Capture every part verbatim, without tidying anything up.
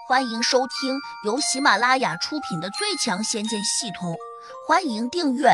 欢迎收听由喜马拉雅出品的《最强仙剑系统》，欢迎订阅。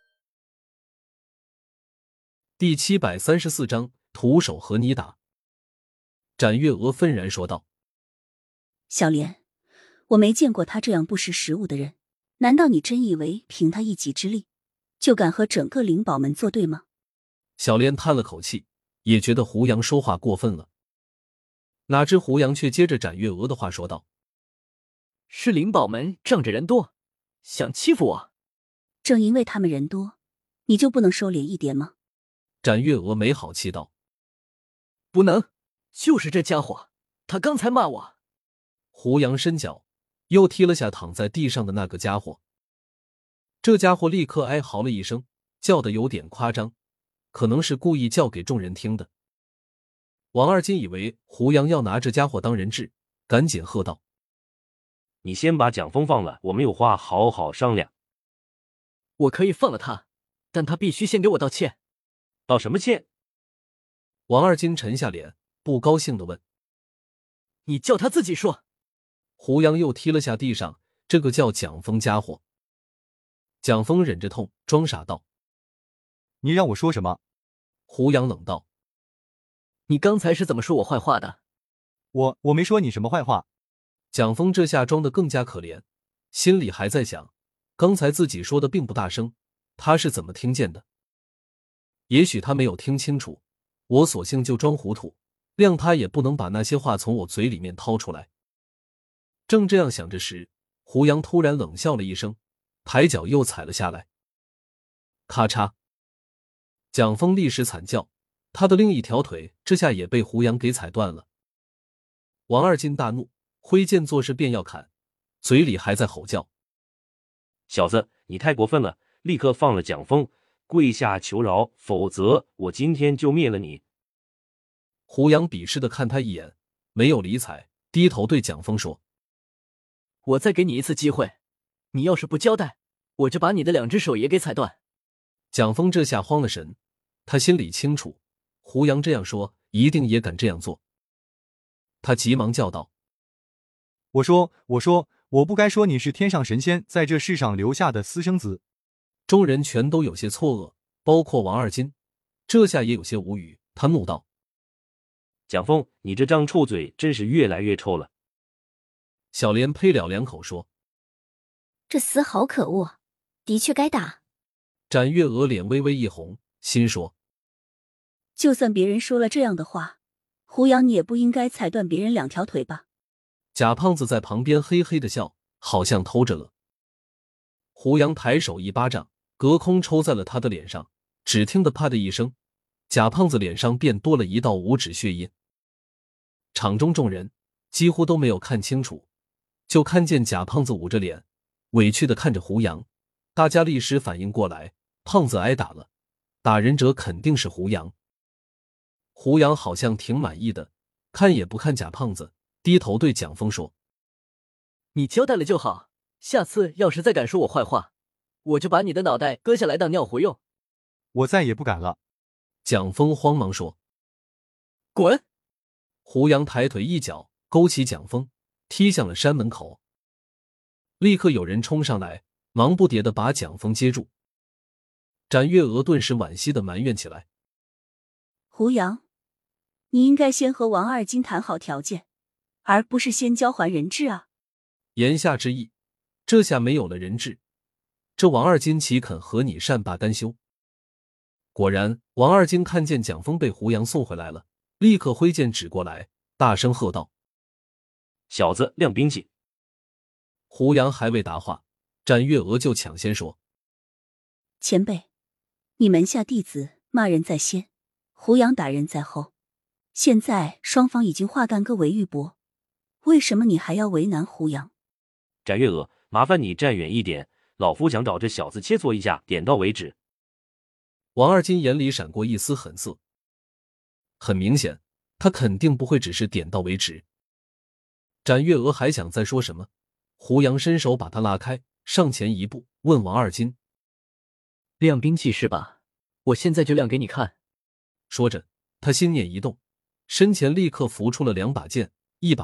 第七百三十四章，徒手和你打。展月娥愤然说道： 小莲，我没见过他这样不识时务的人，难道你真以为凭他一己之力就敢和整个灵宝门作对吗？ 小莲叹了口气，也觉得胡杨说话过分了。哪知胡杨却接着展月娥的话说道： 是灵宝门仗着人多，想欺负我。 正因为他们人多，你就不能收敛一点吗？ 展月娥没好气道： 不能，就是这家伙，他刚才骂我。 胡杨伸脚又踢了下躺在地上的那个家伙，这家伙立刻哀嚎了一声，叫得有点夸张，可能是故意叫给众人听的。王二金以为胡杨要拿这家伙当人质，赶紧喝道： 你先把蒋峰放了，我们有话好好商量。 我可以放了他，但他必须先给我道歉。 道什么歉？ 王二金沉下脸，不高兴地问： 你叫他自己说。 胡杨又踢了下地上这个叫蒋峰家伙。蒋峰忍着痛装傻道： 你让我说什么？ 胡杨冷道： 你刚才是怎么说我坏话的？ 我我没说你什么坏话。 蒋峰这下装得更加可怜，心里还在想，刚才自己说的并不大声，他是怎么听见的？也许他没有听清楚，我索性就装糊涂，谅他也不能把那些话从我嘴里面掏出来。正这样想着时，胡杨突然冷笑了一声，抬脚又踩了下来。咔嚓！蒋峰立时惨叫，他的另一条腿这下也被胡杨给踩断了。王二金大怒，挥剑作势便要砍，嘴里还在吼叫： 小子，你太过分了，立刻放了蒋峰，跪下求饶，否则我今天就灭了你。 胡杨鄙视地看他一眼，没有理睬，低头对蒋峰说： 我再给你一次机会，你要是不交代，我就把你的两只手也给踩断。 蒋峰这下慌了神，他心里清楚，胡杨这样说，一定也敢这样做。他急忙叫道： 我说我说我不该说你是天上神仙在这世上留下的私生子。 众人全都有些错愕，包括王二金，这下也有些无语，他怒道： 蒋峰，你这张臭嘴真是越来越臭了。 小莲呸了两口说： 这厮好可恶，的确该打。 展月娥脸微微一红，心说： 就算别人说了这样的话，胡杨你也不应该踩断别人两条腿吧。 贾胖子在旁边嘿嘿的笑，好像偷着乐。胡杨抬手一巴掌隔空抽在了他的脸上，只听得啪的一声，贾胖子脸上便多了一道五指血印。场中众人几乎都没有看清楚，就看见贾胖子捂着脸委屈地看着胡杨，大家立时反应过来，胖子挨打了，打人者肯定是胡杨。胡杨好像挺满意的，看也不看贾胖子，低头对蒋峰说： 你交代了就好，下次要是再敢说我坏话，我就把你的脑袋割下来当尿壶用。 我再也不敢了。 蒋峰慌忙说： 滚！ 胡杨抬腿一脚勾起蒋峰，踢向了山门口。立刻有人冲上来，忙不迭地把蒋峰接住。展月娥顿时惋惜地埋怨起来： 胡杨，你应该先和王二金谈好条件，而不是先交还人质啊。 言下之意，这下没有了人质，这王二金岂肯和你善罢甘休？果然，王二金看见蒋峰被胡杨送回来了，立刻挥剑指过来，大声喝道： 小子，亮兵器！ 胡杨还未答话，展月娥就抢先说： 前辈，你门下弟子骂人在先，胡杨打人在后，现在双方已经化干戈为玉帛，为什么你还要为难胡杨？ 展月娥，麻烦你站远一点，老夫想找这小子切磋一下，点到为止。 王二金眼里闪过一丝狠色，很明显，他肯定不会只是点到为止。展月娥还想再说什么，胡杨伸手把他拉开，上前一步问王二金： 亮兵器是吧？我现在就亮给你看。 说着，他心念一动，身前立刻浮出了两把剑，一把刀，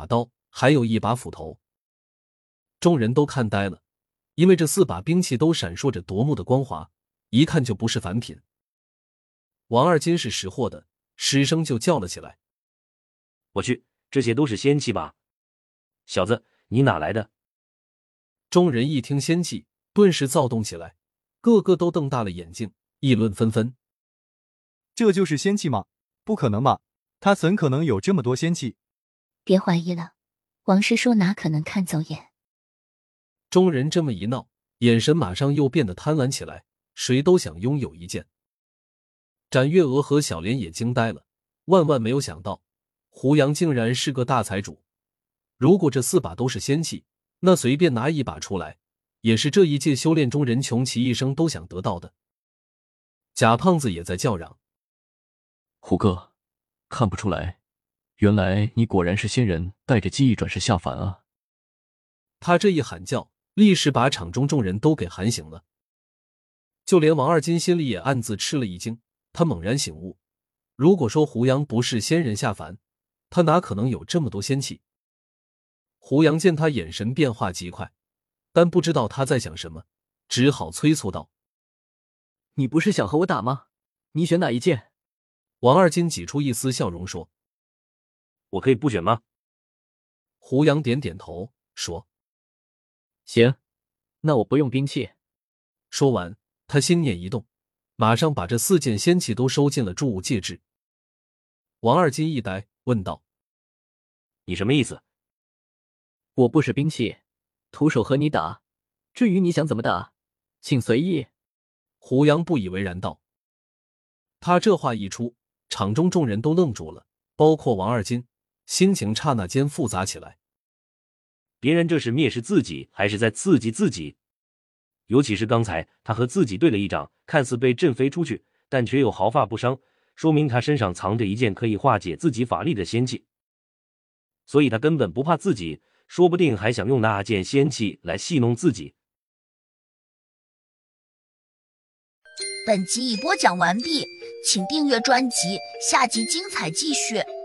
还有一把斧头。众人都看呆了，因为这四把兵器都闪烁着夺目的光华，一看就不是凡品。王二金是识货的，失声就叫了起来： 我去，这些都是仙器吧？小子，你哪来的？ 众人一听仙器，顿时躁动起来，个个都瞪大了眼睛，议论纷纷。 这就是仙器吗？不可能吧，他怎可能有这么多仙器？ 别怀疑了，王师叔哪可能看走眼。 众人这么一闹，眼神马上又变得贪婪起来，谁都想拥有一件。展月娥和小莲也惊呆了，万万没有想到胡杨竟然是个大财主。如果这四把都是仙器，那随便拿一把出来，也是这一届修炼中人穷其一生都想得到的。贾胖子也在叫嚷： 胡哥，看不出来，原来你果然是仙人带着记忆转世下凡啊。 他这一喊叫，立时把场中众人都给喊醒了。就连王二金心里也暗自吃了一惊，他猛然醒悟，如果说胡杨不是仙人下凡，他哪可能有这么多仙器？胡杨见他眼神变化极快，但不知道他在想什么，只好催促道： 你不是想和我打吗？你选哪一件？ 王二金挤出一丝笑容说： 我可以不选吗？ 胡杨点点头说： 行，那我不用兵器。 说完，他心念一动，马上把这四件仙器都收进了铸物戒指。王二金一呆，问道： 你什么意思？ 我不使兵器，徒手和你打，至于你想怎么打，请随意。 胡杨不以为然道。他这话一出，场中众人都愣住了，包括王二金，心情刹那间复杂起来。 别人这是蔑视自己，还是在刺激自己？尤其是刚才他和自己对了一掌，看似被震飞出去，但却又毫发不伤，说明他身上藏着一件可以化解自己法力的仙器。所以他根本不怕自己，说不定还想用那件仙器来戏弄自己。 本集已播讲完毕，请订阅专辑，下集精彩继续。